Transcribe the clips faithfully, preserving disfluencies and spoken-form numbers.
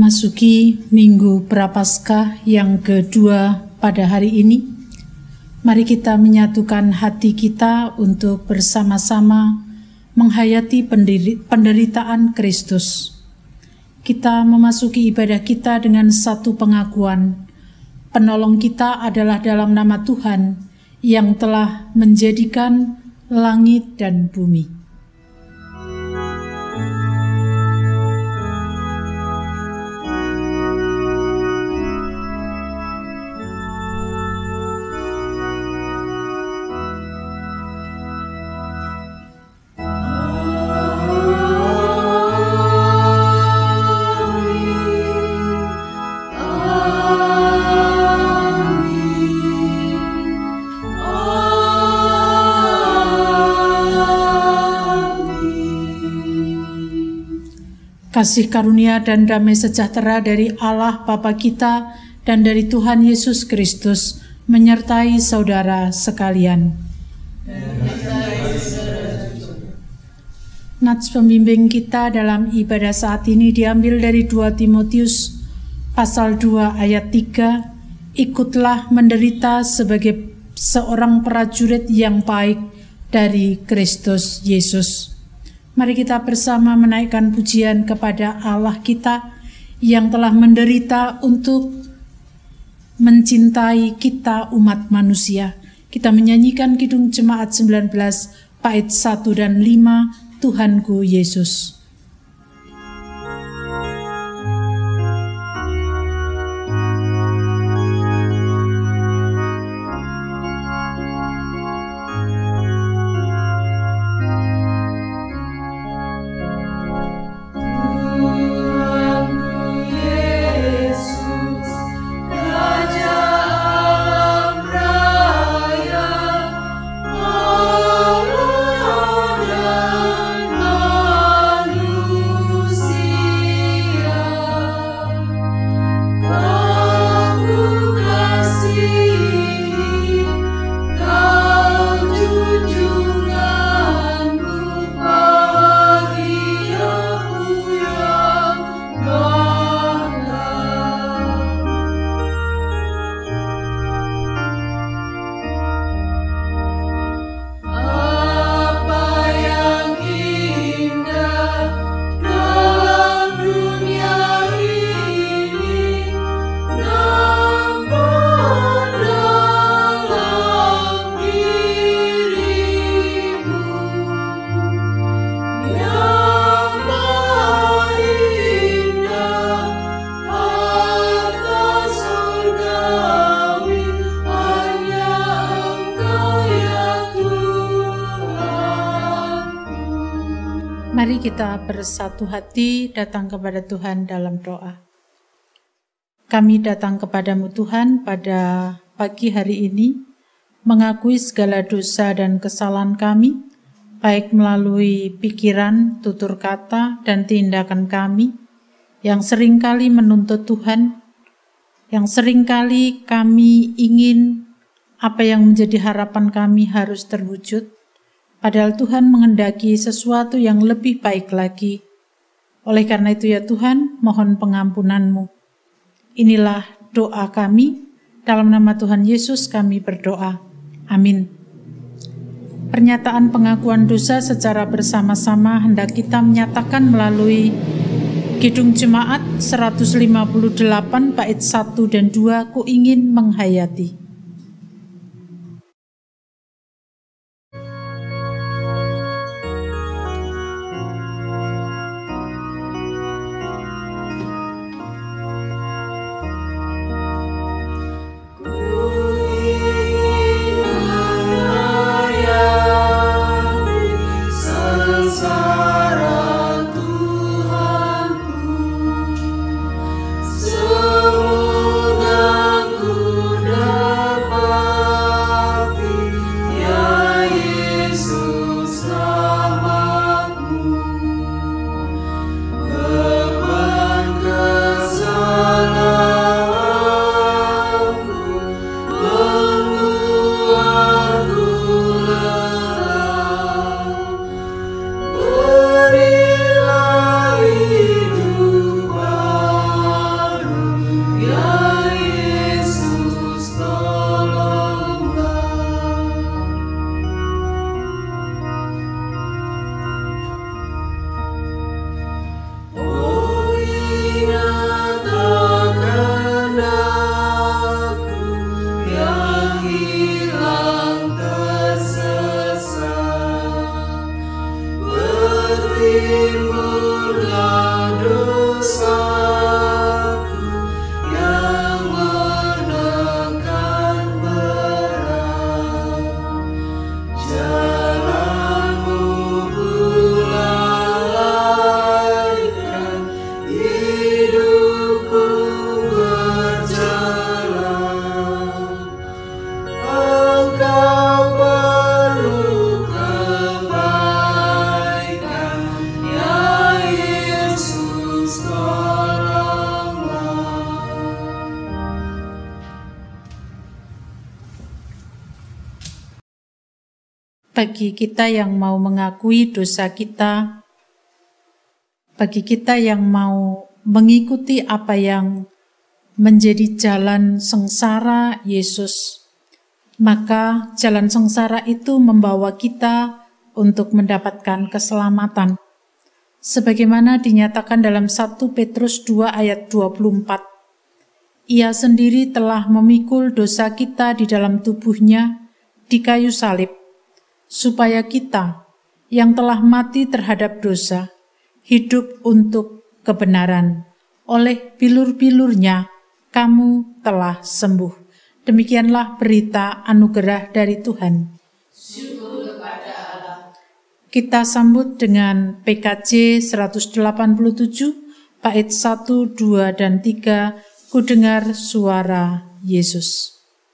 memasuki Minggu Prapaskah yang kedua pada hari ini, mari kita menyatukan hati kita untuk bersama-sama menghayati penderitaan Kristus. Kita memasuki ibadah kita dengan satu pengakuan, penolong kita adalah dalam nama Tuhan yang telah menjadikan langit dan bumi. Kasih karunia dan damai sejahtera dari Allah Bapa kita dan dari Tuhan Yesus Kristus menyertai saudara sekalian. Nats pembimbing kita dalam ibadah saat ini diambil dari dua Timotius pasal dua ayat tiga. Ikutlah menderita sebagai seorang prajurit yang baik dari Kristus Yesus. Mari kita bersama menaikkan pujian kepada Allah kita yang telah menderita untuk mencintai kita umat manusia. Kita menyanyikan Kidung Jemaat sembilan belas bait satu dan lima, Tuhanku Yesus. Mari kita bersatu hati datang kepada Tuhan dalam doa. Kami datang kepadamu Tuhan pada pagi hari ini, mengakui segala dosa dan kesalahan kami, baik melalui pikiran, tutur kata, dan tindakan kami, yang seringkali menuntut Tuhan, yang seringkali kami ingin apa yang menjadi harapan kami harus terwujud, padahal Tuhan menghendaki sesuatu yang lebih baik lagi. Oleh karena itu ya Tuhan, mohon pengampunan-Mu. Inilah doa kami, dalam nama Tuhan Yesus kami berdoa. Amin. Pernyataan pengakuan dosa secara bersama-sama hendak kita menyatakan melalui Kidung Jemaat seratus lima puluh delapan bait satu dan dua, Ku ingin menghayati. Semoga ku bagi kita yang mau mengakui dosa kita, bagi kita yang mau mengikuti apa yang menjadi jalan sengsara Yesus, maka jalan sengsara itu membawa kita untuk mendapatkan keselamatan. Sebagaimana dinyatakan dalam satu Petrus dua ayat dua puluh empat, Ia sendiri telah memikul dosa kita di dalam tubuhnya di kayu salib, supaya kita yang telah mati terhadap dosa, hidup untuk kebenaran. Oleh bilur-bilurnya, kamu telah sembuh. Demikianlah berita anugerah dari Tuhan. Syukur kepada Allah. Kita sambut dengan P K J seratus delapan puluh tujuh, bait satu, dua, dan tiga, Ku dengar suara Yesus.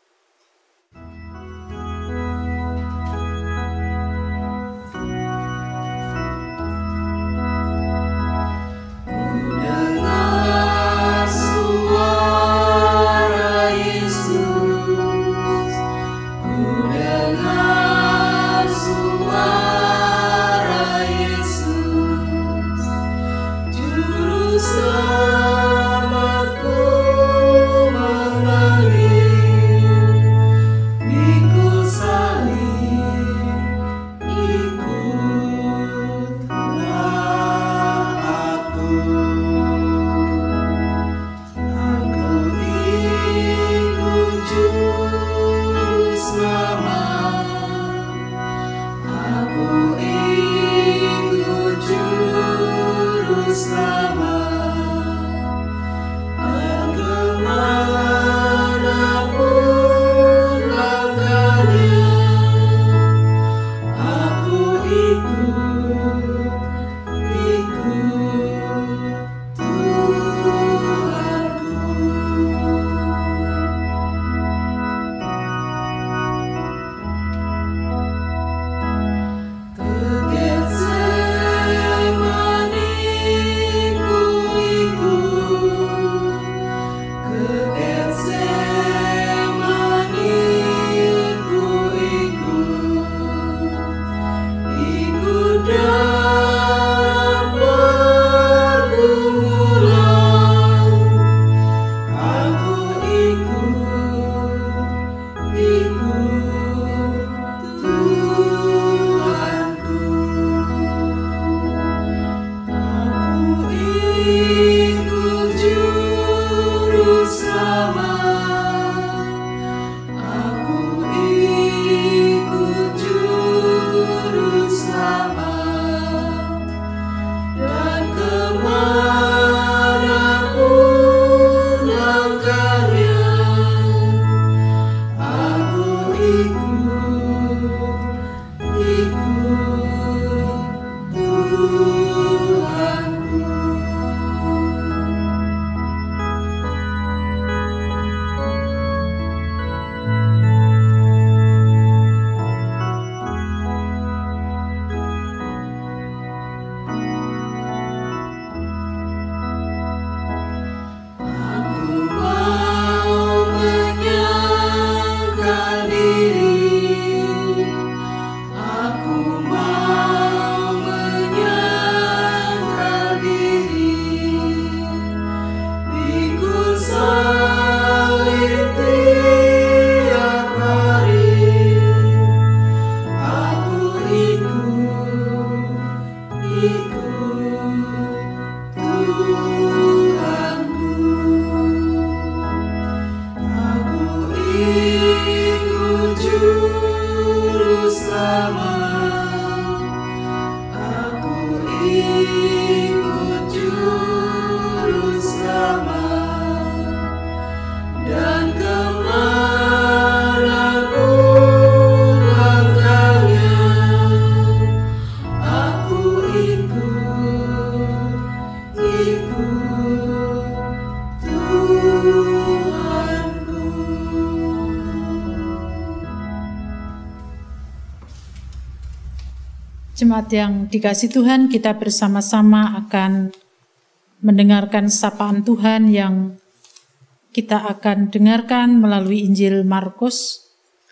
Jemaat yang dikasihi Tuhan, kita bersama-sama akan mendengarkan sapaan Tuhan yang kita akan dengarkan melalui Injil Markus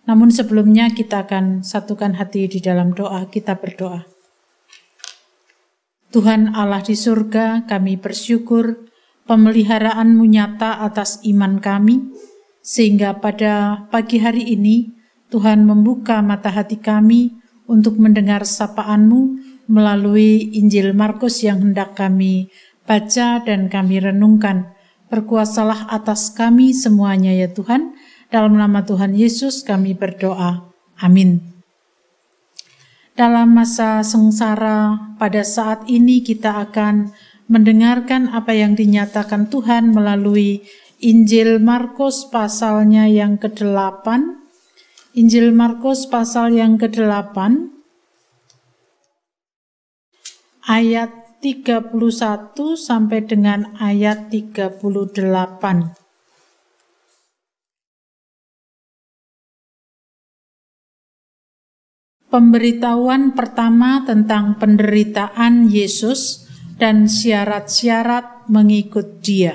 Namun sebelumnya kita akan satukan hati di dalam doa. Kita berdoa. Tuhan Allah di surga, kami bersyukur pemeliharaan-Mu nyata atas iman kami, sehingga pada pagi hari ini Tuhan membuka mata hati kami untuk mendengar sapaan-Mu melalui Injil Markus yang hendak kami baca dan kami renungkan. Berkuasalah atas kami semuanya ya Tuhan. Dalam nama Tuhan Yesus kami berdoa. Amin. Dalam masa sengsara pada saat ini kita akan mendengarkan apa yang dinyatakan Tuhan melalui Injil Markus pasalnya yang kedelapan. Injil Markus pasal yang kedelapan ayat tiga puluh satu sampai dengan ayat tiga puluh delapan. Pemberitahuan pertama tentang penderitaan Yesus dan syarat-syarat mengikut Dia.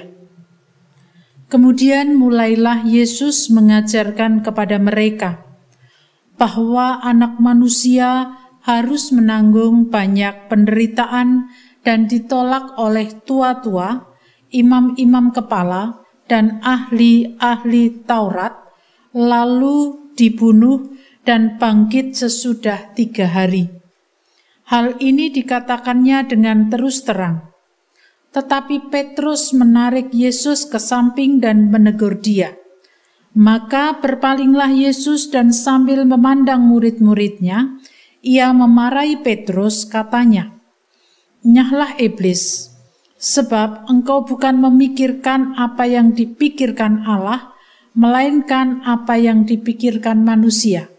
Kemudian mulailah Yesus mengajarkan kepada mereka bahwa Anak Manusia harus menanggung banyak penderitaan dan ditolak oleh tua-tua, imam-imam kepala, dan ahli-ahli Taurat, lalu dibunuh dan bangkit sesudah tiga hari. Hal ini dikatakannya dengan terus terang. Tetapi Petrus menarik Yesus ke samping dan menegur dia. Maka berpalinglah Yesus dan sambil memandang murid-muridnya, ia memarahi Petrus, katanya, "Nyahlah iblis, sebab engkau bukan memikirkan apa yang dipikirkan Allah, melainkan apa yang dipikirkan manusia."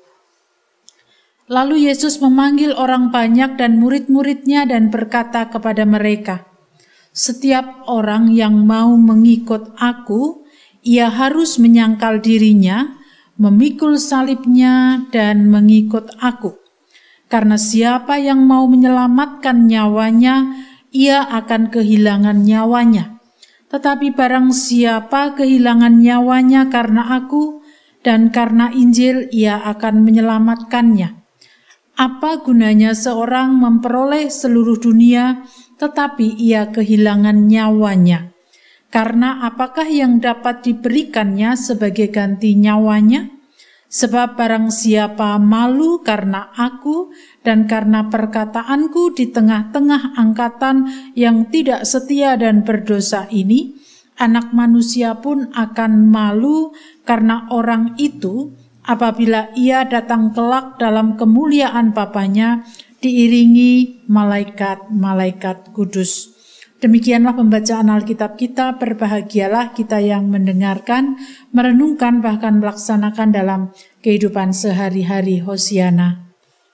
Lalu Yesus memanggil orang banyak dan murid-muridnya dan berkata kepada mereka, "Setiap orang yang mau mengikut aku, ia harus menyangkal dirinya, memikul salibnya dan mengikut aku. Karena siapa yang mau menyelamatkan nyawanya, ia akan kehilangan nyawanya. Tetapi barang siapa kehilangan nyawanya karena aku dan karena Injil, ia akan menyelamatkannya. Apa gunanya seorang memperoleh seluruh dunia, tetapi ia kehilangan nyawanya? Karena apakah yang dapat diberikannya sebagai ganti nyawanya? Sebab barang siapa malu karena aku dan karena perkataanku di tengah-tengah angkatan yang tidak setia dan berdosa ini, Anak Manusia pun akan malu karena orang itu, apabila ia datang kelak dalam kemuliaan Bapanya diiringi malaikat-malaikat kudus." Demikianlah pembacaan Alkitab kita. Berbahagialah kita yang mendengarkan, merenungkan, bahkan melaksanakan dalam kehidupan sehari-hari. Hosiana.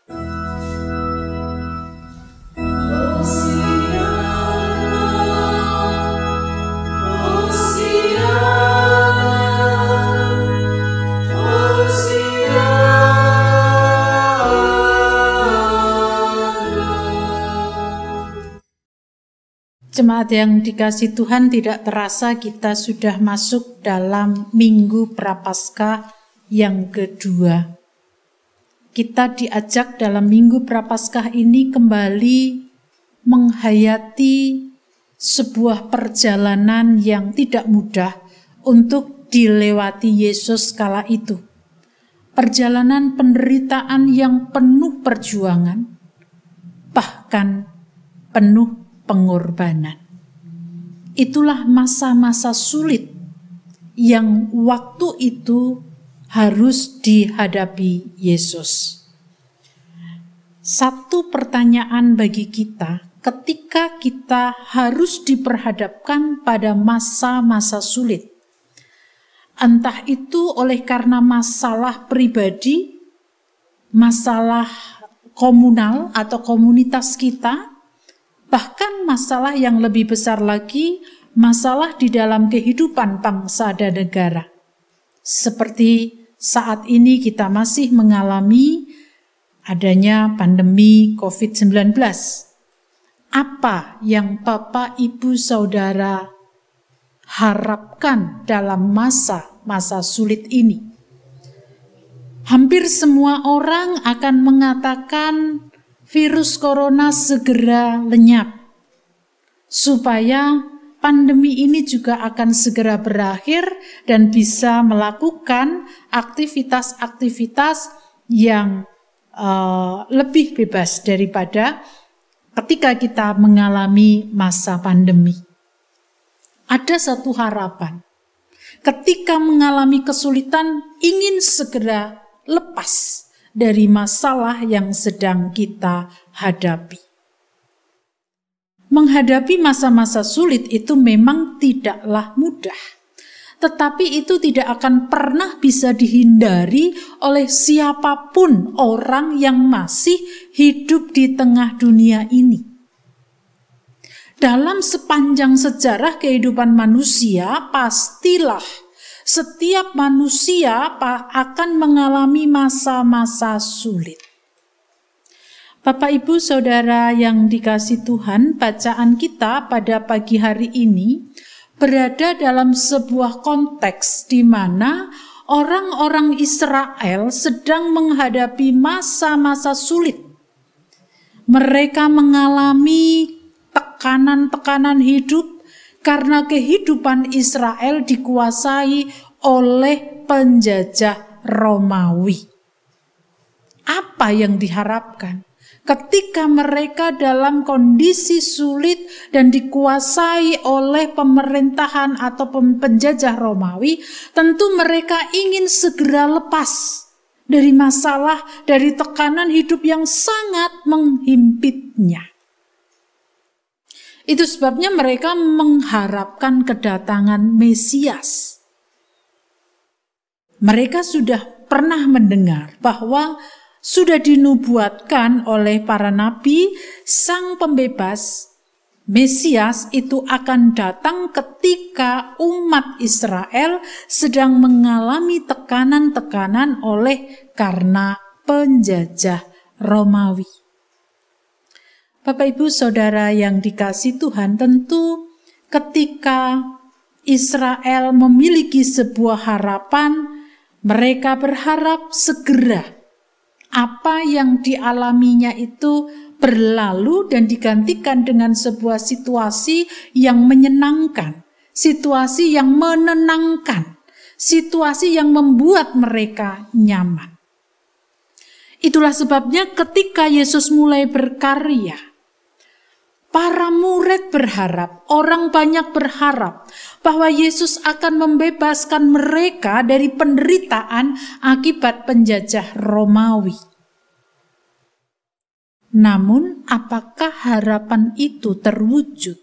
Jemaat yang dikasihi Tuhan, tidak terasa kita sudah masuk dalam Minggu Prapaskah yang kedua. Kita diajak dalam Minggu Prapaskah ini kembali menghayati sebuah perjalanan yang tidak mudah untuk dilewati Yesus kala itu. Perjalanan penderitaan yang penuh perjuangan, bahkan penuh pengorbanan. Itulah masa-masa sulit yang waktu itu harus dihadapi Yesus. Satu pertanyaan bagi kita ketika kita harus diperhadapkan pada masa-masa sulit. Entah itu oleh karena masalah pribadi, masalah komunal atau komunitas kita, bahkan masalah yang lebih besar lagi, masalah di dalam kehidupan bangsa dan negara. Seperti saat ini kita masih mengalami adanya pandemi covid sembilan belas. Apa yang Bapak, Ibu, Saudara harapkan dalam masa-masa sulit ini? Hampir semua orang akan mengatakan virus corona segera lenyap, supaya pandemi ini juga akan segera berakhir dan bisa melakukan aktivitas-aktivitas yang uh, lebih bebas daripada ketika kita mengalami masa pandemi. Ada satu harapan. Ketika mengalami kesulitan, ingin segera lepas dari masalah yang sedang kita hadapi. Menghadapi masa-masa sulit itu memang tidaklah mudah, tetapi itu tidak akan pernah bisa dihindari oleh siapapun orang yang masih hidup di tengah dunia ini. Dalam sepanjang sejarah kehidupan manusia, pastilah setiap manusia akan mengalami masa-masa sulit. Bapak, Ibu, Saudara yang dikasihi Tuhan, bacaan kita pada pagi hari ini berada dalam sebuah konteks di mana orang-orang Israel sedang menghadapi masa-masa sulit. Mereka mengalami tekanan-tekanan hidup karena kehidupan Israel dikuasai oleh penjajah Romawi. Apa yang diharapkan? Ketika mereka dalam kondisi sulit dan dikuasai oleh pemerintahan atau penjajah Romawi, tentu mereka ingin segera lepas dari masalah, dari tekanan hidup yang sangat menghimpitnya. Itu sebabnya mereka mengharapkan kedatangan Mesias. Mereka sudah pernah mendengar bahwa sudah dinubuatkan oleh para nabi, sang pembebas Mesias itu akan datang ketika umat Israel sedang mengalami tekanan-tekanan oleh karena penjajah Romawi. Bapak, Ibu, Saudara yang dikasihi Tuhan, tentu ketika Israel memiliki sebuah harapan, mereka berharap segera apa yang dialaminya itu berlalu dan digantikan dengan sebuah situasi yang menyenangkan, situasi yang menenangkan, situasi yang membuat mereka nyaman. Itulah sebabnya ketika Yesus mulai berkarya, para murid berharap, orang banyak berharap bahwa Yesus akan membebaskan mereka dari penderitaan akibat penjajah Romawi. Namun, apakah harapan itu terwujud?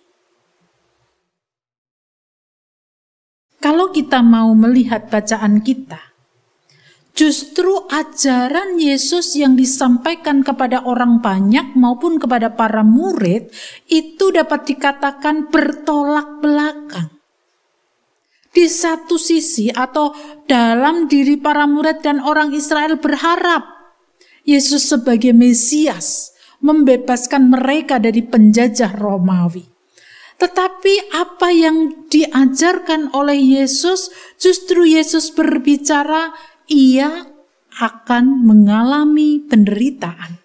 Kalau kita mau melihat bacaan kita, justru ajaran Yesus yang disampaikan kepada orang banyak maupun kepada para murid itu dapat dikatakan bertolak belakang. Di satu sisi atau dalam diri para murid dan orang Israel berharap Yesus sebagai Mesias membebaskan mereka dari penjajah Romawi. Tetapi apa yang diajarkan oleh Yesus, justru Yesus berbicara ia akan mengalami penderitaan.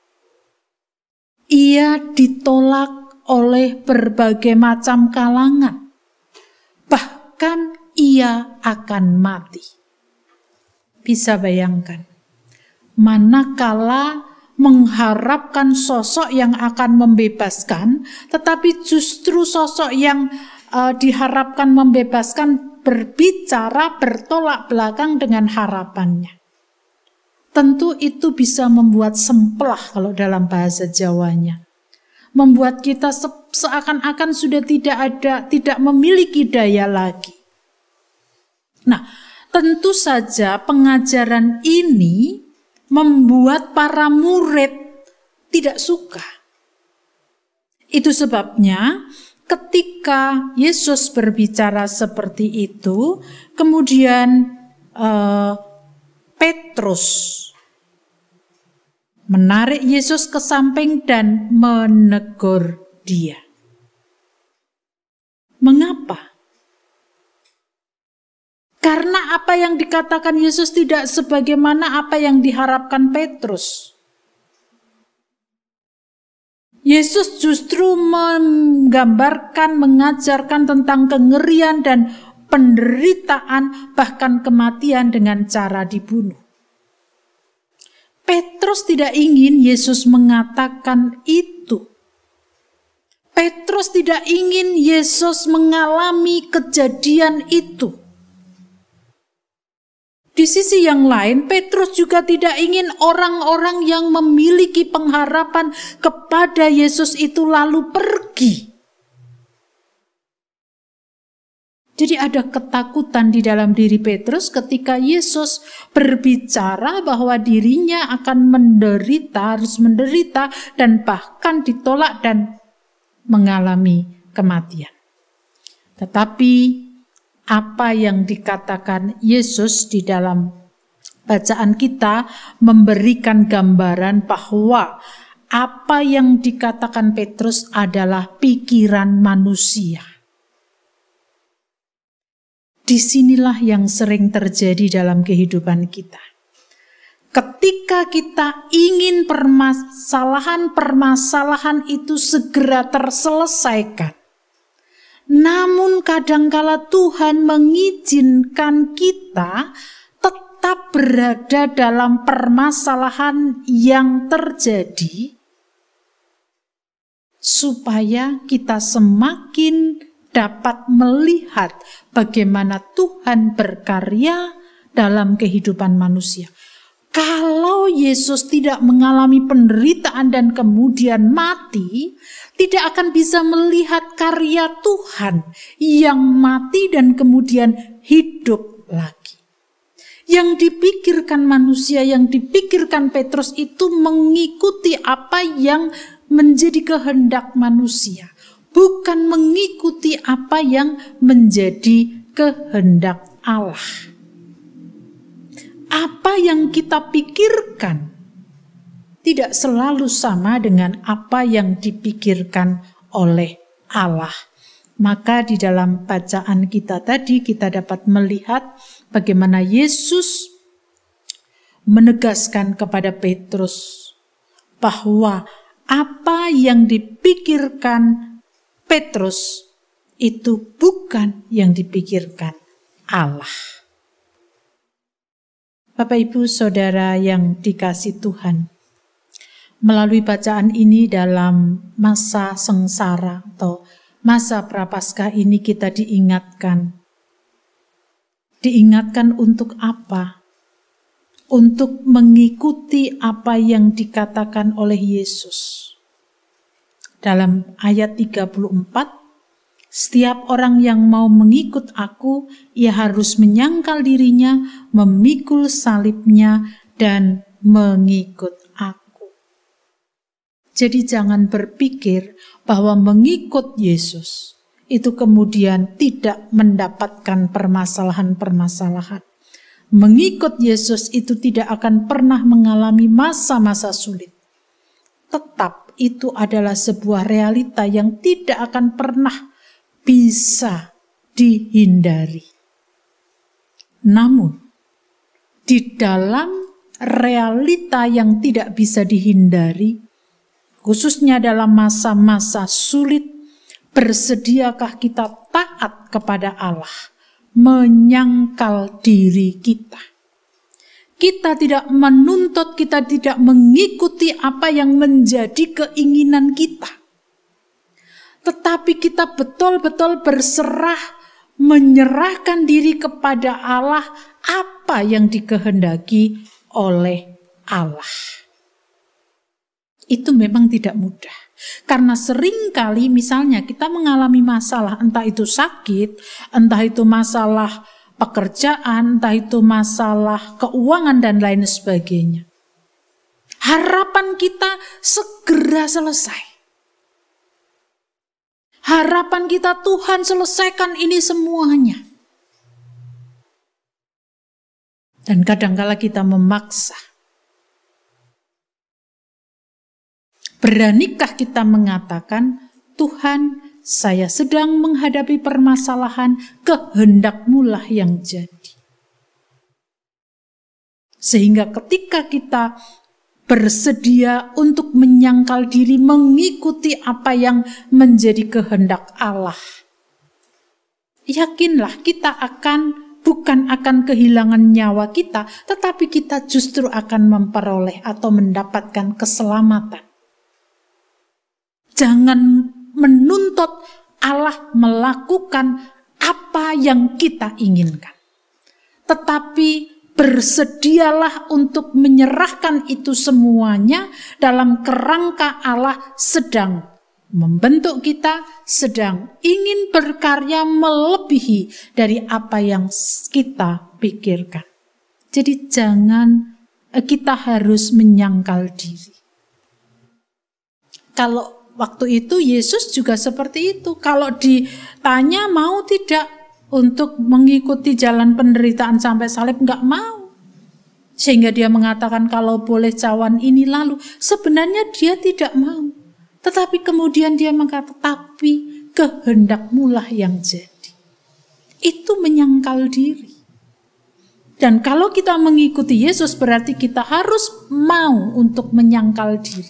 Ia ditolak oleh berbagai macam kalangan. Bahkan ia akan mati. Bisa bayangkan, manakala mengharapkan sosok yang akan membebaskan, tetapi justru sosok yang uh, diharapkan membebaskan berbicara bertolak belakang dengan harapannya. Tentu itu bisa membuat semplah kalau dalam bahasa Jawanya. Membuat kita se- seakan-akan sudah tidak ada, tidak memiliki daya lagi. Nah, tentu saja pengajaran ini membuat para murid tidak suka. Itu sebabnya ketika Yesus berbicara seperti itu, kemudian uh, Petrus menarik Yesus ke samping dan menegur dia. Mengapa? Karena apa yang dikatakan Yesus tidak sebagaimana apa yang diharapkan Petrus. Yesus justru menggambarkan, mengajarkan tentang kengerian dan penderitaan, bahkan kematian dengan cara dibunuh. Petrus tidak ingin Yesus mengatakan itu. Petrus tidak ingin Yesus mengalami kejadian itu. Di sisi yang lain, Petrus juga tidak ingin orang-orang yang memiliki pengharapan kepada Yesus itu lalu pergi. Jadi ada ketakutan di dalam diri Petrus ketika Yesus berbicara bahwa dirinya akan menderita, harus menderita, dan bahkan ditolak dan mengalami kematian. Tetapi apa yang dikatakan Yesus di dalam bacaan kita memberikan gambaran bahwa apa yang dikatakan Petrus adalah pikiran manusia. Disinilah yang sering terjadi dalam kehidupan kita. Ketika kita ingin permasalahan-permasalahan itu segera terselesaikan, namun kadangkala Tuhan mengizinkan kita tetap berada dalam permasalahan yang terjadi supaya kita semakin dapat melihat bagaimana Tuhan berkarya dalam kehidupan manusia. Kalau Yesus tidak mengalami penderitaan dan kemudian mati, tidak akan bisa melihat karya Tuhan yang mati dan kemudian hidup lagi. Yang dipikirkan manusia, yang dipikirkan Petrus itu mengikuti apa yang menjadi kehendak manusia, bukan mengikuti apa yang menjadi kehendak Allah. Apa yang kita pikirkan tidak selalu sama dengan apa yang dipikirkan oleh Allah. Maka di dalam bacaan kita tadi kita dapat melihat bagaimana Yesus menegaskan kepada Petrus bahwa apa yang dipikirkan Petrus itu bukan yang dipikirkan Allah. Bapak Ibu Saudara yang dikasihi Tuhan, melalui bacaan ini dalam masa sengsara atau masa prapaskah ini kita diingatkan. Diingatkan untuk apa? Untuk mengikuti apa yang dikatakan oleh Yesus. Dalam ayat tiga puluh empat, setiap orang yang mau mengikut aku, ia harus menyangkal dirinya, memikul salibnya, dan mengikut aku. Jadi jangan berpikir bahwa mengikut Yesus itu kemudian tidak mendapatkan permasalahan-permasalahan. Mengikut Yesus itu tidak akan pernah mengalami masa-masa sulit. Tetap itu adalah sebuah realita yang tidak akan pernah bisa dihindari. Namun, di dalam realita yang tidak bisa dihindari, khususnya dalam masa-masa sulit, bersediakah kita taat kepada Allah, menyangkal diri kita? Kita tidak menuntut, kita tidak mengikuti apa yang menjadi keinginan kita. Tetapi kita betul-betul berserah, menyerahkan diri kepada Allah apa yang dikehendaki oleh Allah. Itu memang tidak mudah. Karena seringkali misalnya kita mengalami masalah, entah itu sakit, entah itu masalah pekerjaan, entah itu masalah keuangan dan lain sebagainya. Harapan kita segera selesai. Harapan kita, Tuhan selesaikan ini semuanya. Dan kadangkala kita memaksa. Beranikah kita mengatakan, Tuhan, saya sedang menghadapi permasalahan, kehendak-Mu lah yang jadi. Sehingga ketika kita bersedia untuk menyangkal diri, mengikuti apa yang menjadi kehendak Allah, yakinlah kita akan, bukan akan kehilangan nyawa kita, tetapi kita justru akan memperoleh atau mendapatkan keselamatan. Jangan menuntut Allah melakukan apa yang kita inginkan, tetapi bersedialah untuk menyerahkan itu semuanya dalam kerangka Allah sedang membentuk kita, sedang ingin berkarya melebihi dari apa yang kita pikirkan. Jadi jangan, kita harus menyangkal diri. Kalau waktu itu Yesus juga seperti itu. Kalau ditanya mau tidak untuk mengikuti jalan penderitaan sampai salib, enggak mau. Sehingga dia mengatakan kalau boleh cawan ini lalu. Sebenarnya dia tidak mau. Tetapi kemudian dia mengatakan, tapi kehendakmu lah yang jadi. Itu menyangkal diri. Dan kalau kita mengikuti Yesus berarti kita harus mau untuk menyangkal diri.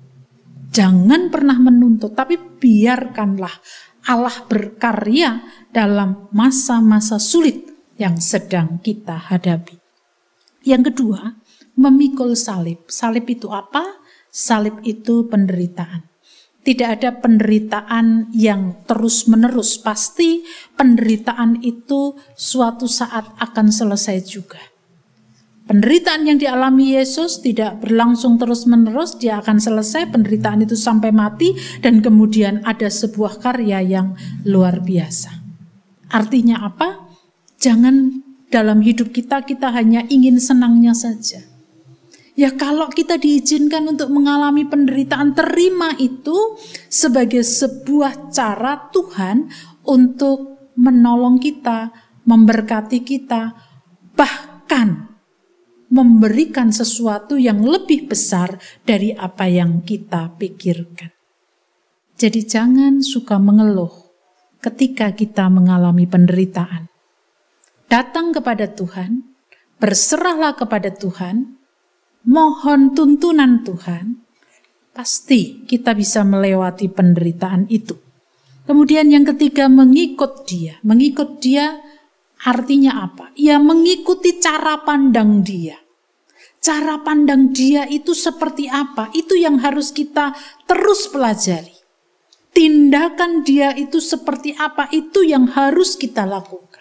Jangan pernah menuntut, tapi biarkanlah Allah berkarya dalam masa-masa sulit yang sedang kita hadapi. Yang kedua, memikul salib. Salib itu apa? Salib itu penderitaan. Tidak ada penderitaan yang terus-menerus. Pasti penderitaan itu suatu saat akan selesai juga. Penderitaan yang dialami Yesus tidak berlangsung terus-menerus. Dia akan selesai penderitaan itu sampai mati. Dan kemudian ada sebuah karya yang luar biasa. Artinya apa? Jangan dalam hidup kita, kita hanya ingin senangnya saja. Ya kalau kita diizinkan untuk mengalami penderitaan, terima itu sebagai sebuah cara Tuhan untuk menolong kita, memberkati kita, bahkan memberikan sesuatu yang lebih besar dari apa yang kita pikirkan. Jadi jangan suka mengeluh ketika kita mengalami penderitaan. Datang kepada Tuhan, berserahlah kepada Tuhan, mohon tuntunan Tuhan, pasti kita bisa melewati penderitaan itu. Kemudian yang ketiga, mengikut Dia. Mengikut Dia artinya apa? Ya mengikuti cara pandang Dia. Cara pandang Dia itu seperti apa? Itu yang harus kita terus pelajari. Tindakan Dia itu seperti apa? Itu yang harus kita lakukan.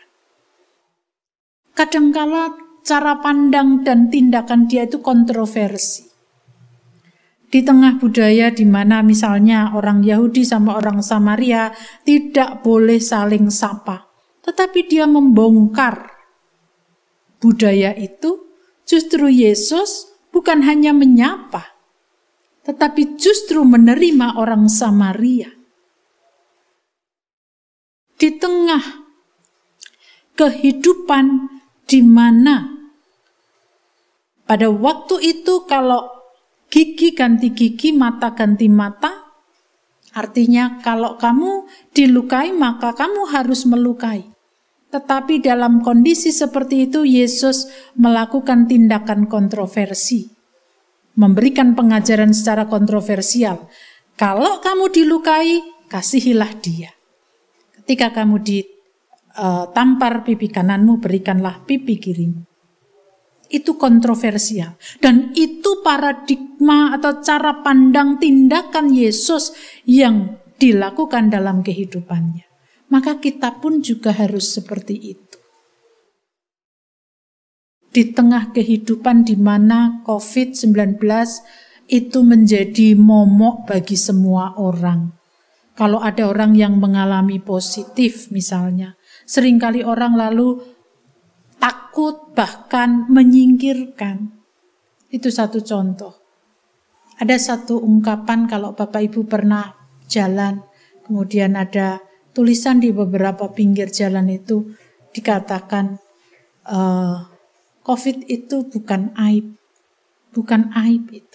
Kadangkala cara pandang dan tindakan Dia itu kontroversi. Di tengah budaya di mana misalnya orang Yahudi sama orang Samaria tidak boleh saling sapa. Tetapi Dia membongkar budaya itu. Justru Yesus bukan hanya menyapa, tetapi justru menerima orang Samaria. Di tengah kehidupan di mana pada waktu itu kalau gigi ganti gigi, mata ganti mata, artinya kalau kamu dilukai maka kamu harus melukai. Tetapi dalam kondisi seperti itu Yesus melakukan tindakan kontroversi, memberikan pengajaran secara kontroversial. Kalau kamu dilukai, kasihilah dia. Ketika kamu di Uh, tampar pipi kananmu, berikanlah pipi kirimu. Itu kontroversial. Dan itu paradigma atau cara pandang tindakan Yesus yang dilakukan dalam kehidupannya. Maka kita pun juga harus seperti itu. Di tengah kehidupan di mana covid sembilan belas itu menjadi momok bagi semua orang. Kalau ada orang yang mengalami positif misalnya, seringkali orang lalu takut bahkan menyingkirkan. Itu satu contoh. Ada satu ungkapan kalau Bapak Ibu pernah jalan, kemudian ada tulisan di beberapa pinggir jalan itu dikatakan uh, COVID itu bukan aib, bukan aib itu.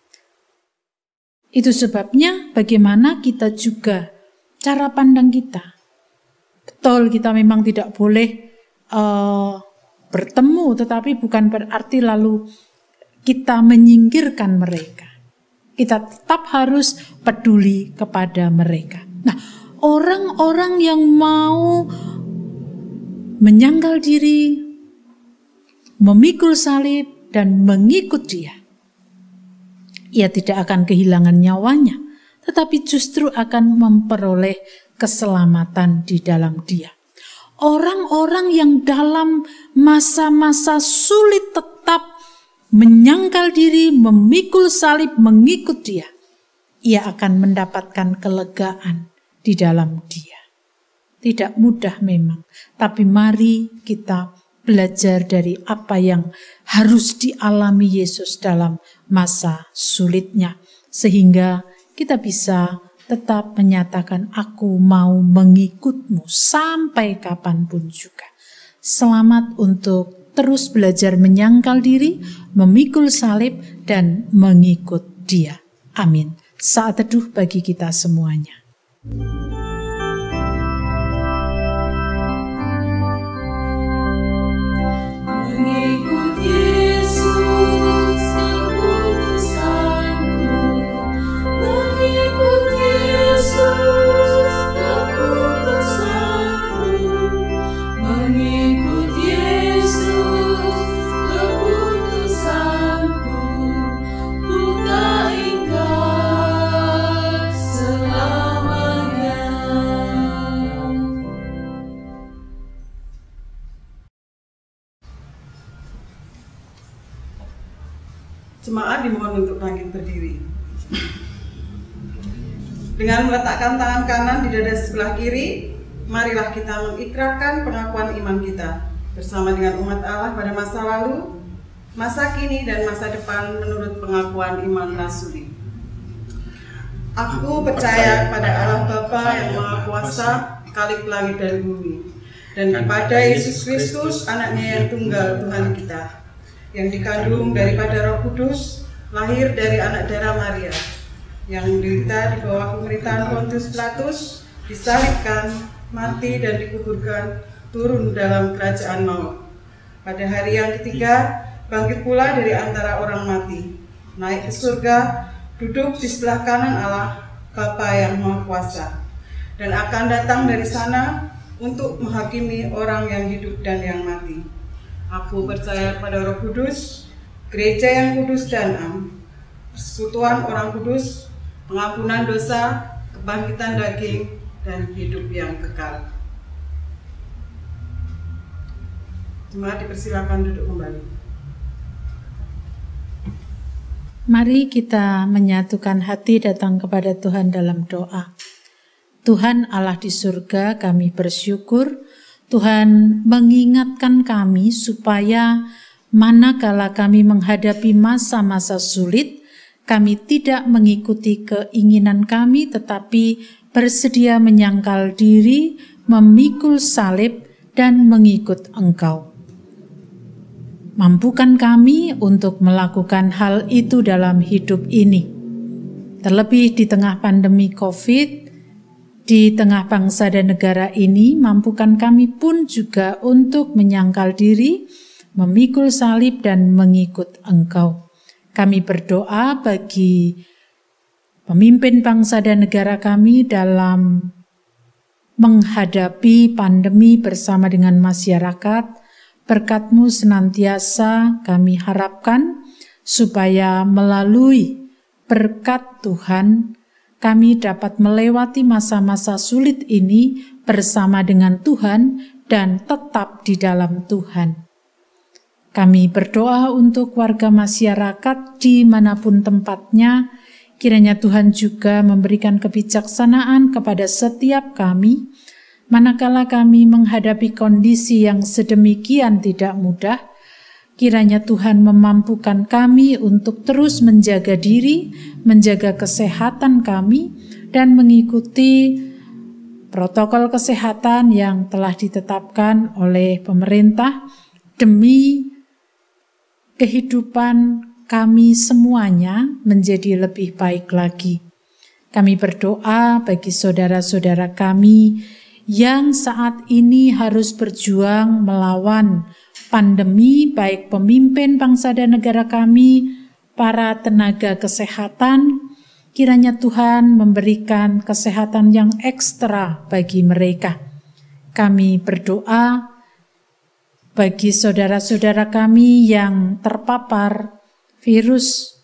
Itu sebabnya bagaimana kita juga cara pandang kita. Betul, kita memang tidak boleh uh, bertemu, tetapi bukan berarti lalu kita menyingkirkan mereka. Kita tetap harus peduli kepada mereka. Nah, orang-orang yang mau menyangkal diri, memikul salib, dan mengikut dia, ia tidak akan kehilangan nyawanya, tetapi justru akan memperoleh keselamatan di dalam dia. Orang-orang yang dalam masa-masa sulit tetap menyangkal diri, memikul salib, mengikut dia, ia akan mendapatkan kelegaan di dalam dia. Tidak mudah memang, tapi mari kita belajar dari apa yang harus dialami Yesus dalam masa sulitnya, sehingga kita bisa tetap menyatakan, aku mau mengikutmu sampai kapanpun juga. Selamat untuk terus belajar menyangkal diri, memikul salib, dan mengikut dia. Amin. Saat teduh bagi kita semuanya. Mengikut Yesus keputusanku, mengikut Yesus keputusanku, mengikut Yesus keputusanku, ku tak ingkar selamanya. Jemaat dimohon untuk bangkit berdiri. Dengan meletakkan tangan kanan di dada sebelah kiri, marilah kita mengikrarkan pengakuan iman kita bersama dengan umat Allah pada masa lalu, masa kini, dan masa depan menurut pengakuan iman rasuli. Aku percaya pada Allah Bapa yang Maha Kuasa, Khalik langit dan bumi, dan kepada Yesus Kristus, Anaknya yang tunggal Tuhan kita, yang dikandung daripada Roh Kudus, lahir dari anak darah Maria, yang menderita di bawah pemerintahan Pontius Pilatus, disalibkan, mati dan dikuburkan, turun dalam kerajaan maut. Pada hari yang ketiga, bangkit pula dari antara orang mati, naik ke surga, duduk di sebelah kanan Allah, Bapa yang Maha Kuasa, dan akan datang dari sana untuk menghakimi orang yang hidup dan yang mati. Aku percaya pada Roh Kudus, gereja yang kudus dan am, persekutuan orang kudus, pengampunan dosa, kebangkitan daging, dan hidup yang kekal. Jemaat dipersilakan duduk kembali. Mari kita menyatukan hati datang kepada Tuhan dalam doa. Tuhan Allah di surga, kami bersyukur Tuhan mengingatkan kami supaya manakala kami menghadapi masa-masa sulit, kami tidak mengikuti keinginan kami, tetapi bersedia menyangkal diri, memikul salib, dan mengikut Engkau. Mampukan kami untuk melakukan hal itu dalam hidup ini. Terlebih di tengah pandemi COVID, di tengah bangsa dan negara ini, mampukan kami pun juga untuk menyangkal diri, memikul salib, dan mengikut Engkau. Kami berdoa bagi pemimpin bangsa dan negara kami dalam menghadapi pandemi bersama dengan masyarakat. Berkat-Mu senantiasa kami harapkan supaya melalui berkat Tuhan, kami dapat melewati masa-masa sulit ini bersama dengan Tuhan dan tetap di dalam Tuhan. Kami berdoa untuk warga masyarakat dimanapun tempatnya, kiranya Tuhan juga memberikan kebijaksanaan kepada setiap kami, manakala kami menghadapi kondisi yang sedemikian tidak mudah. Kiranya Tuhan memampukan kami untuk terus menjaga diri, menjaga kesehatan kami, dan mengikuti protokol kesehatan yang telah ditetapkan oleh pemerintah demi kehidupan kami semuanya menjadi lebih baik lagi. Kami berdoa bagi saudara-saudara kami yang saat ini harus berjuang melawan pandemi, baik pemimpin bangsa dan negara kami, para tenaga kesehatan, kiranya Tuhan memberikan kesehatan yang ekstra bagi mereka. Kami berdoa bagi saudara-saudara kami yang terpapar virus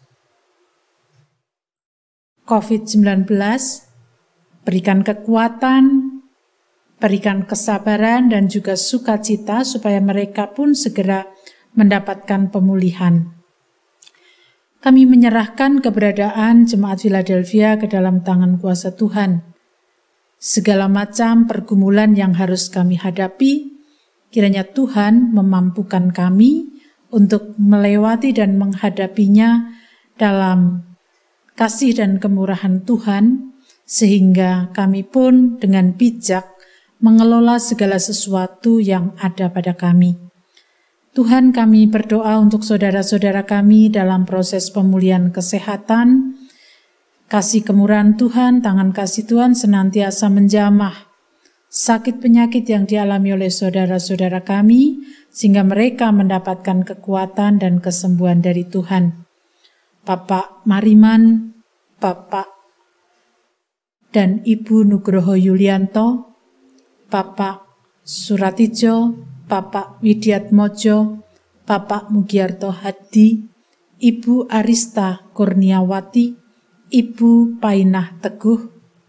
covid sembilan belas, berikan kekuatan, berikan kesabaran dan juga sukacita supaya mereka pun segera mendapatkan pemulihan. Kami menyerahkan keberadaan Jemaat Philadelphia ke dalam tangan kuasa Tuhan. Segala macam pergumulan yang harus kami hadapi, kiranya Tuhan memampukan kami untuk melewati dan menghadapinya dalam kasih dan kemurahan Tuhan, sehingga kami pun dengan bijak mengelola segala sesuatu yang ada pada kami. Tuhan, kami berdoa untuk saudara-saudara kami dalam proses pemulihan kesehatan. Kasih kemurahan Tuhan, tangan kasih Tuhan senantiasa menjamah sakit penyakit yang dialami oleh saudara-saudara kami, sehingga mereka mendapatkan kekuatan dan kesembuhan dari Tuhan. Bapak Mariman, Bapak dan Ibu Nugroho Yulianto, Bapak Suratijo, Bapak Widiatmojo, Bapak Mugiarto Hadi, Ibu Arista Kurniawati, Ibu Painah Teguh,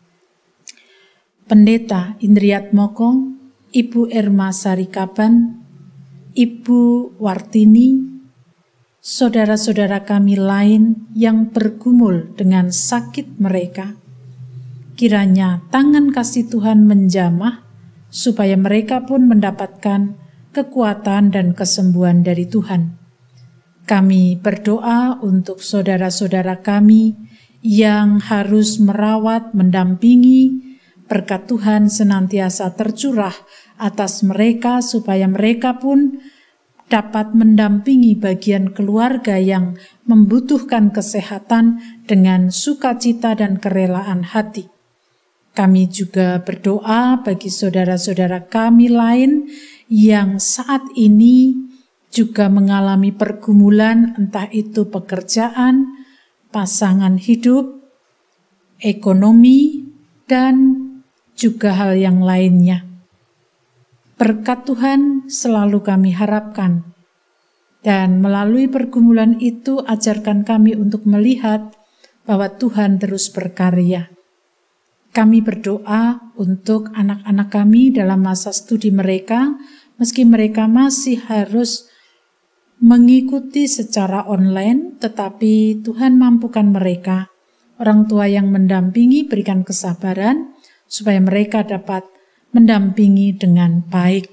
Pendeta Indriatmoko, Ibu Irma Sarikaban, Ibu Wartini, saudara-saudara kami lain yang bergumul dengan sakit mereka. Kiranya tangan kasih Tuhan menjamah supaya mereka pun mendapatkan kekuatan dan kesembuhan dari Tuhan. Kami berdoa untuk saudara-saudara kami yang harus merawat, mendampingi, berkat Tuhan senantiasa tercurah atas mereka supaya mereka pun dapat mendampingi bagian keluarga yang membutuhkan kesehatan dengan sukacita dan kerelaan hati. Kami juga berdoa bagi saudara-saudara kami lain yang saat ini juga mengalami pergumulan, entah itu pekerjaan, pasangan hidup, ekonomi, dan juga hal yang lainnya. Berkat Tuhan selalu kami harapkan, dan melalui pergumulan itu ajarkan kami untuk melihat bahwa Tuhan terus berkarya. Kami berdoa untuk anak-anak kami dalam masa studi mereka, meski mereka masih harus mengikuti secara online, tetapi Tuhan mampukan mereka. Orang tua yang mendampingi berikan kesabaran, supaya mereka dapat mendampingi dengan baik.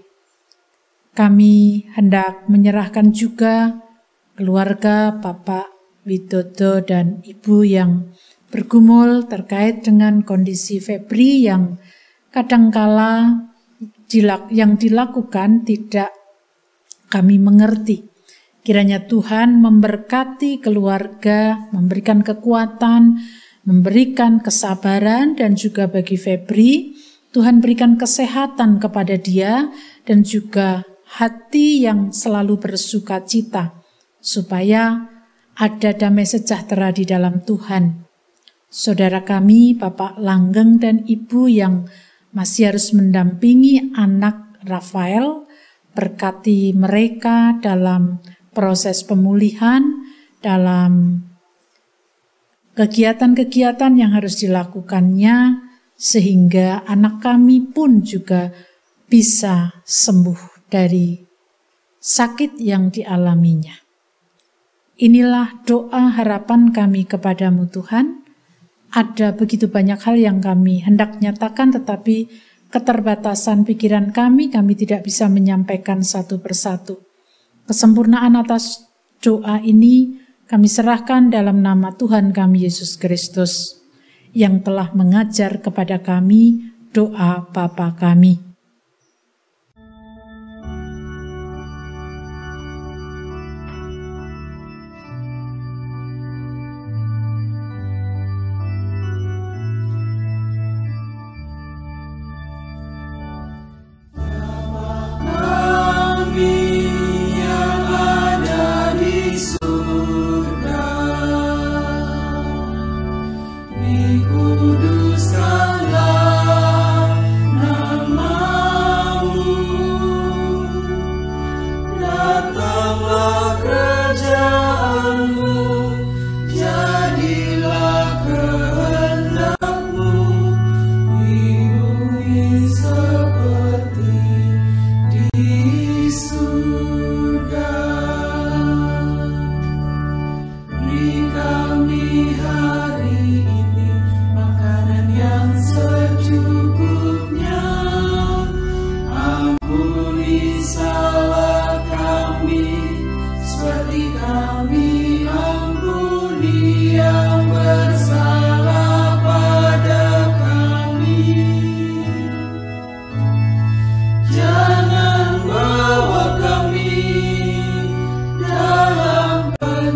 Kami hendak menyerahkan juga keluarga Bapak Widodo dan Ibu yang bergumul terkait dengan kondisi Febri yang kadangkala yang dilakukan tidak kami mengerti. Kiranya Tuhan memberkati keluarga, memberikan kekuatan, memberikan kesabaran, dan juga bagi Febri, Tuhan berikan kesehatan kepada dia dan juga hati yang selalu bersuka cita, supaya ada damai sejahtera di dalam Tuhan. Saudara kami, Bapak Langgeng dan Ibu yang masih harus mendampingi anak Rafael, berkati mereka dalam proses pemulihan, dalam kegiatan-kegiatan yang harus dilakukannya, sehingga anak kami pun juga bisa sembuh dari sakit yang dialaminya. Inilah doa harapan kami kepadamu Tuhan. Ada begitu banyak hal yang kami hendak nyatakan, tetapi keterbatasan pikiran kami, kami tidak bisa menyampaikan satu persatu. Kesempurnaan atas doa ini kami serahkan dalam nama Tuhan kami Yesus Kristus, yang telah mengajar kepada kami doa Bapa kami. Kami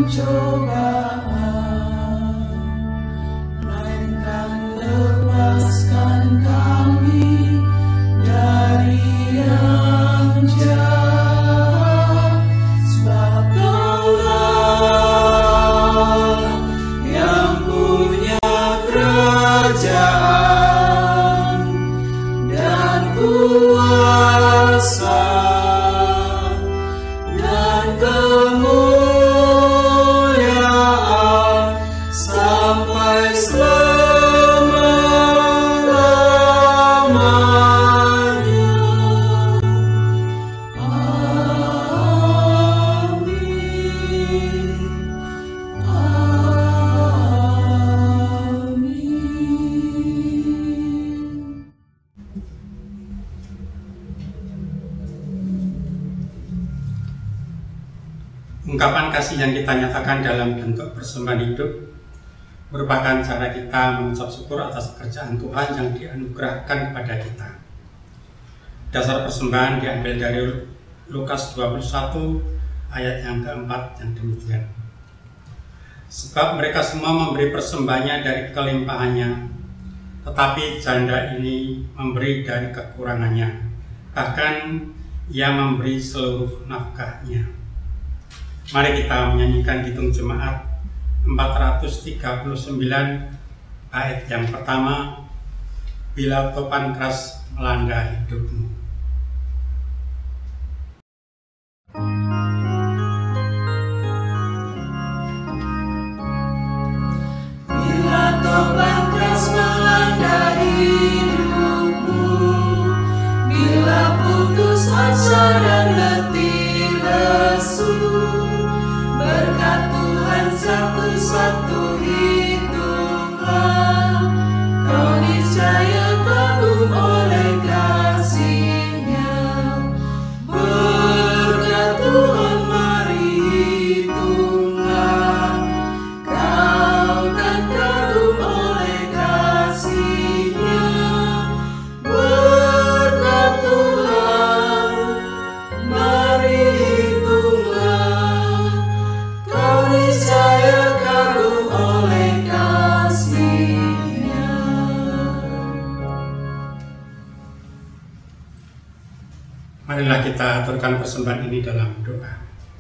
Ungkapan kasih yang kita nyatakan dalam bentuk persembahan hidup merupakan cara kita mengucap syukur atas pekerjaan Tuhan yang dianugerahkan kepada kita. Dasar persembahan diambil dari Lukas dua puluh satu ayat yang keempat yang demikian. Sebab mereka semua memberi persembahannya dari kelimpahannya, tetapi janda ini memberi dari kekurangannya, bahkan ia memberi seluruh nafkahnya. Mari kita menyanyikan Kidung Jemaat empat ratus tiga puluh sembilan bait yang pertama, Bila Topan Keras Melanda Hidupmu. Bila topan keras melanda hidupmu, bila putus asa dan letih lesu, berkat Tuhan satu-satu hitunglah, kau niscaya kagum oleh kasih-Nya. Berkat Tuhan mari hitunglah, kau kan kagum oleh kasih-Nya. Berkat Tuhan mari hitunglah, kau niscaya kagum oleh kasih-Nya. Marilah kita aturkan persembahan ini dalam doa.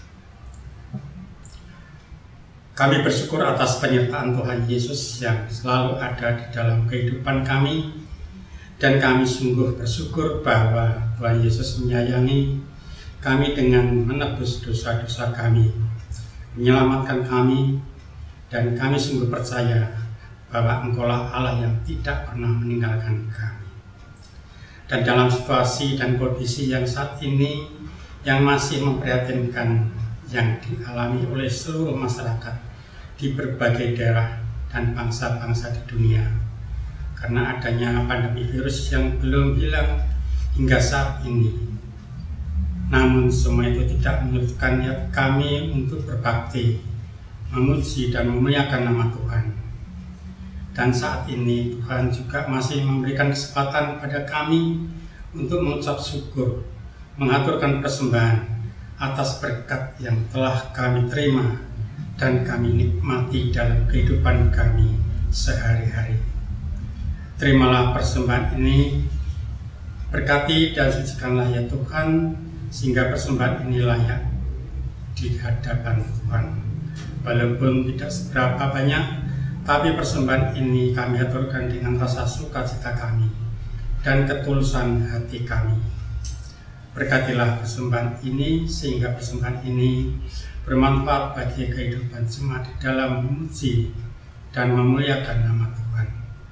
Kami bersyukur atas penyertaan Tuhan Yesus yang selalu ada di dalam kehidupan kami, dan kami sungguh bersyukur bahwa Tuhan Yesus menyayangi kami dengan menebus dosa-dosa kami, menyelamatkan kami, dan kami sungguh percaya bahwa Engkaulah Allah yang tidak pernah meninggalkan kami. Dan dalam situasi dan kondisi yang saat ini yang masih memprihatinkan yang dialami oleh seluruh masyarakat di berbagai daerah dan bangsa-bangsa di dunia, karena adanya pandemi virus yang belum hilang hingga saat ini. Namun semua itu tidak menyurutkan niat kami untuk berbakti, memuji dan memuliakan nama Tuhan. Dan saat ini Tuhan juga masih memberikan kesempatan pada kami untuk mengucap syukur, mengaturkan persembahan atas berkat yang telah kami terima dan kami nikmati dalam kehidupan kami sehari-hari. Terimalah persembahan ini, berkati dan sucikanlah ya Tuhan, sehingga persembahan ini layak di hadapan Tuhan. Walaupun tidak seberapa banyak, tapi persembahan ini kami aturkan dengan rasa sukacita kami dan ketulusan hati kami. Berkatilah persembahan ini, sehingga persembahan ini bermanfaat bagi kehidupan jemaat di dalam memuji dan memuliakan nama Tuhan.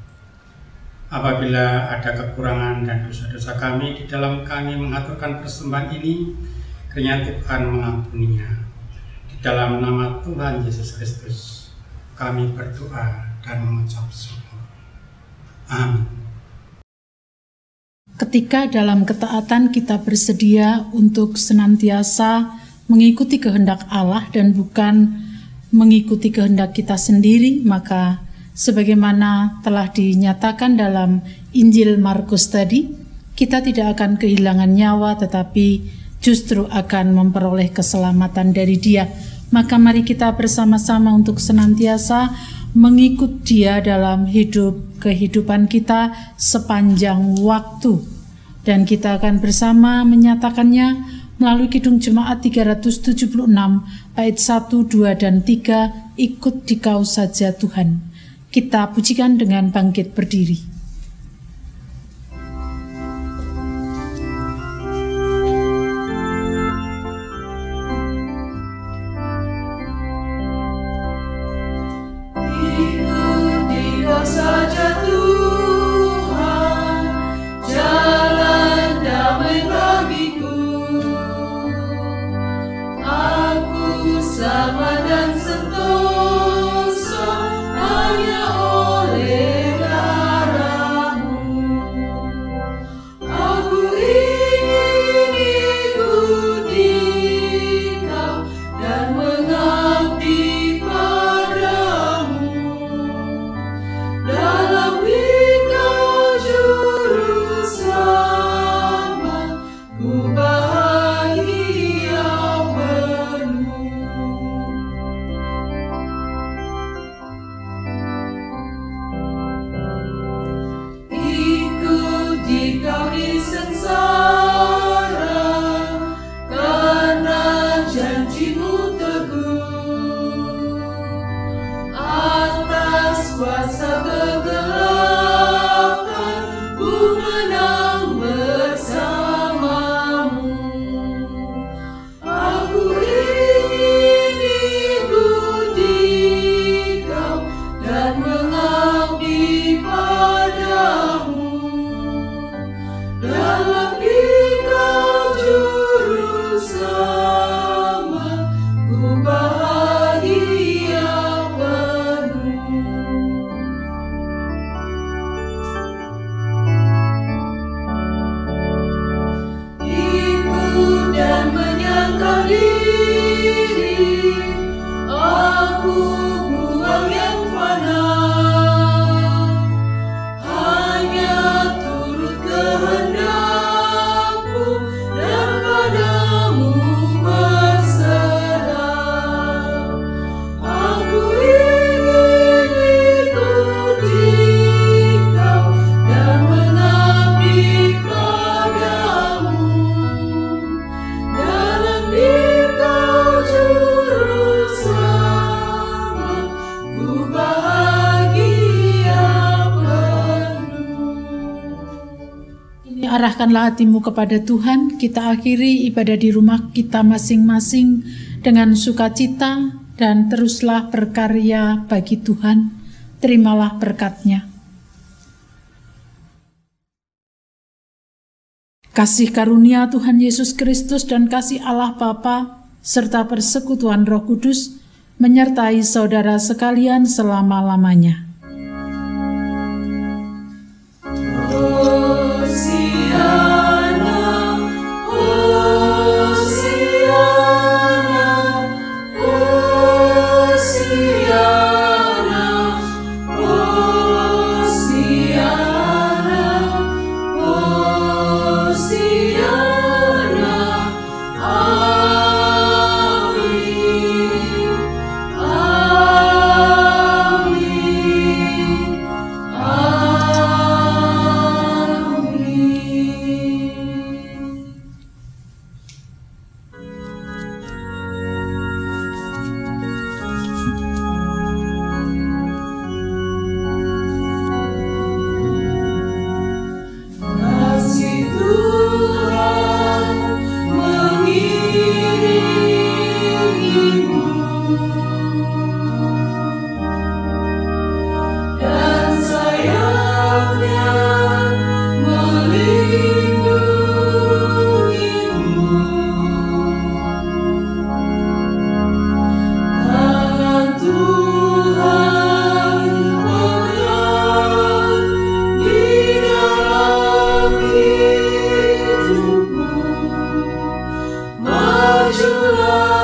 Apabila ada kekurangan dan dosa-dosa kami di dalam kami mengaturkan persembahan ini, kiranya Tuhan mengampuninya. Di dalam nama Tuhan Yesus Kristus kami berdoa dan mengucap syukur. Amin. Ketika dalam ketaatan kita bersedia untuk senantiasa mengikuti kehendak Allah dan bukan mengikuti kehendak kita sendiri, maka sebagaimana telah dinyatakan dalam Injil Markus tadi, kita tidak akan kehilangan nyawa, tetapi justru akan memperoleh keselamatan dari Dia. Maka mari kita bersama-sama untuk senantiasa mengikut Dia dalam hidup kehidupan kita sepanjang waktu. Dan kita akan bersama menyatakannya melalui Kidung Jemaat tiga ratus tujuh puluh enam bait satu, dua, dan tiga, ikut Dikau saja Tuhan. Kita pujikan dengan bangkit berdiri. Arahkanlah hatimu kepada Tuhan. Kita akhiri ibadah di rumah kita masing-masing dengan sukacita dan teruslah berkarya bagi Tuhan. Terimalah berkat-Nya. Kasih karunia Tuhan Yesus Kristus dan kasih Allah Bapa serta persekutuan Roh Kudus menyertai saudara sekalian selama-lamanya. Majulah